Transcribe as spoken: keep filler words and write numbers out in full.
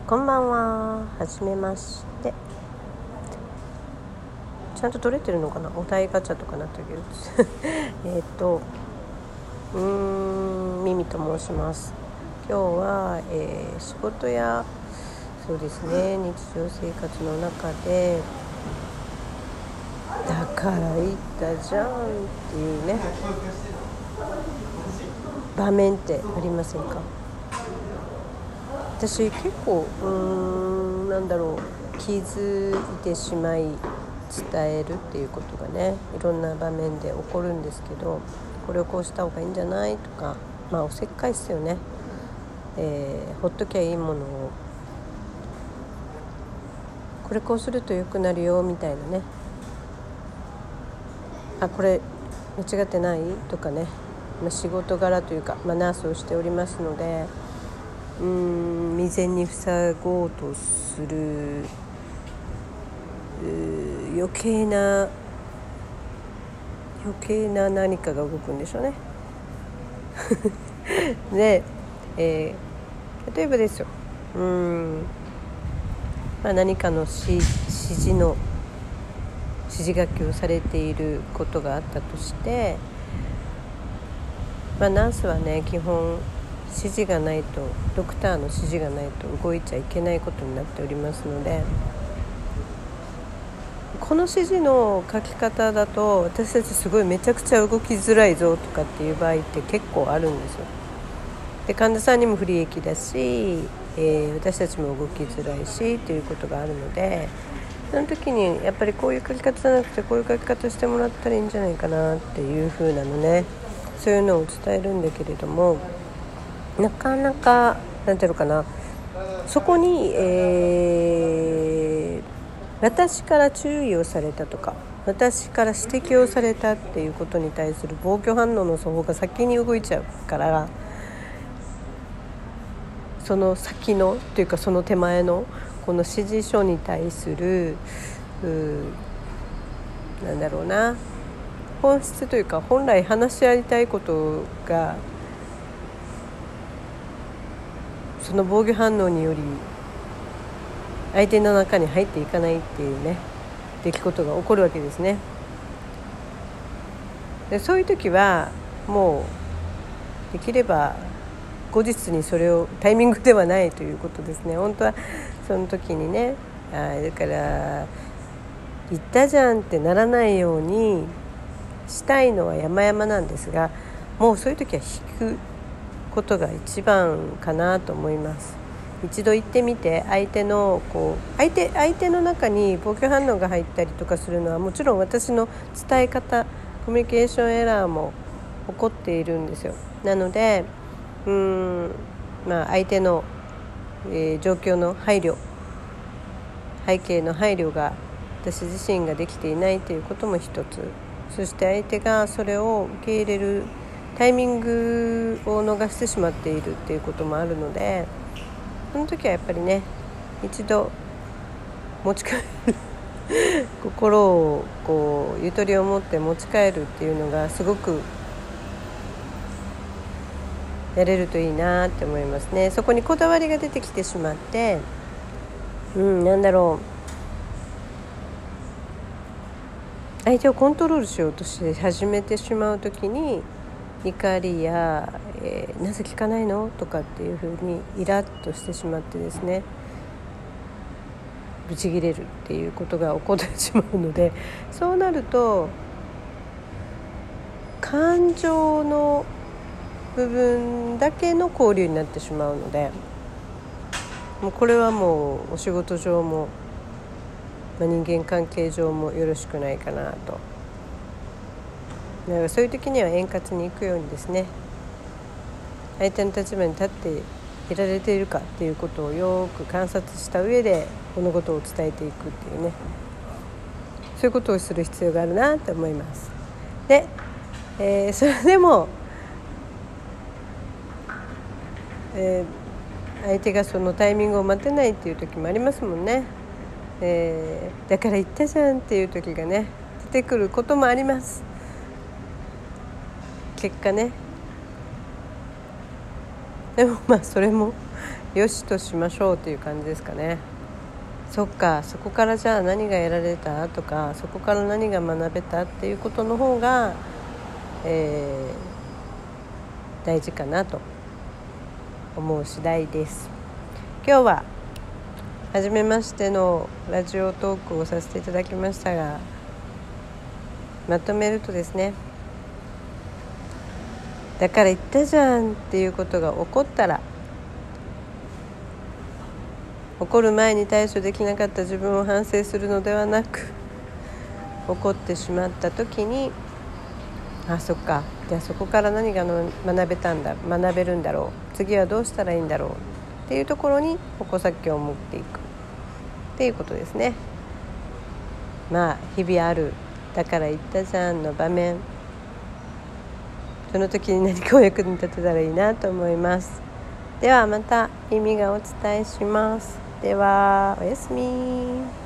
こんばんは。はじめまして。ちゃんと撮れてるのかな。お題ガチャとかなってるけどえっとうーんミミと申します。今日は、えー、仕事やそうですね日常生活の中でだから言ったじゃんっていうね場面ってありませんか？私結構うーんなんだろう気づいてしまい伝えるっていうことがねいろんな場面で起こるんですけど、これをこうした方がいいんじゃないとか、まあおせっかいっすよね、えー、ほっときゃいいものをこれこうすると良くなるよみたいなね、あこれ間違ってないとかね、まあ、仕事柄というか、まあ、ナースをしておりますのでうーん未然に塞ごうとする余計な余計な何かが動くんでしょうねで、えー、例えばですようーん、まあ、何かの指指示の指示書きをされていることがあったとして、まあ、ナースはね基本指示がないとドクターの指示がないと動いちゃいけないことになっておりますので、この指示の書き方だと私たちすごいめちゃくちゃ動きづらいぞとかっていう場合って結構あるんですよ。で患者さんにも不利益だし、えー、私たちも動きづらいしということがあるので、その時にやっぱりこういう書き方じゃなくてこういう書き方してもらったらいいんじゃないかなっていう風なのね、そういうのを伝えるんだけれども、なかなかなんていうのかな、そこに、えー、私から注意をされたとか私から指摘をされたっていうことに対する防御反応の方が先に動いちゃうから、その先のというかその手前のこの指示書に対するなんだろうな本質というか本来話し合いたいことがその防御反応により相手の中に入っていかないっていうね出来事が起こるわけですね。でそういう時はもうできれば後日にそれをタイミングではないということですね。本当はその時にね、あだから言ったじゃんってならないようにしたいのは山々なんですが、もうそういう時は引くことが一番かなと思います。一度言ってみて相手のこう相手相手の中に防御反応が入ったりとかするのはもちろん私の伝え方コミュニケーションエラーも起こっているんですよ。なのでうーん、まあ、相手の、えー、状況の配慮背景の配慮が私自身ができていないということも一つ、そして相手がそれを受け入れるタイミングを逃してしまっているっていうこともあるので、その時はやっぱりね一度持ち帰る心をこうゆとりを持って持ち帰るっていうのがすごくやれるといいなって思いますね。そこにこだわりが出てきてしまってうんなんだろう相手をコントロールしようとして始めてしまう時に怒りや、えー、なぜ聞かないのとかっていうふうにイラッとしてしまってですねブチ切れるっていうことが起こってしまうので、そうなると感情の部分だけの交流になってしまうので、もうこれはもうお仕事上も、まあ、人間関係上もよろしくないかなと。だからそういう時には円滑にいくようにですね相手の立場に立っていられているかっていうことをよく観察した上で物事を伝えていくっていうね、そういうことをする必要があるなと思います。で、えー、それでも、えー、相手がそのタイミングを待てないっていう時もありますもんね、えー、だから言ったじゃんっていう時がね出てくることもあります。結果ねでもまあそれもよしとしましょうという感じですかね。そっか、そこからじゃあ何が得られたとか、そこから何が学べたっていうことの方が、えー、大事かなと思う次第です。今日は初めましてのラジオトークをさせていただきましたが、まとめるとですね、だから言ったじゃんっていうことが起こったら、起こる前に対処できなかった自分を反省するのではなく、起こってしまった時に、あ、そっか、じゃあそこから何がの学べたんだ学べるんだろう、次はどうしたらいいんだろうっていうところに矛先を持っていくっていうことですね。まあ日々あるだから言ったじゃんの場面、その時に何かお役に立てたらいいなと思います。ではまた意味がお伝えします。ではおやすみ。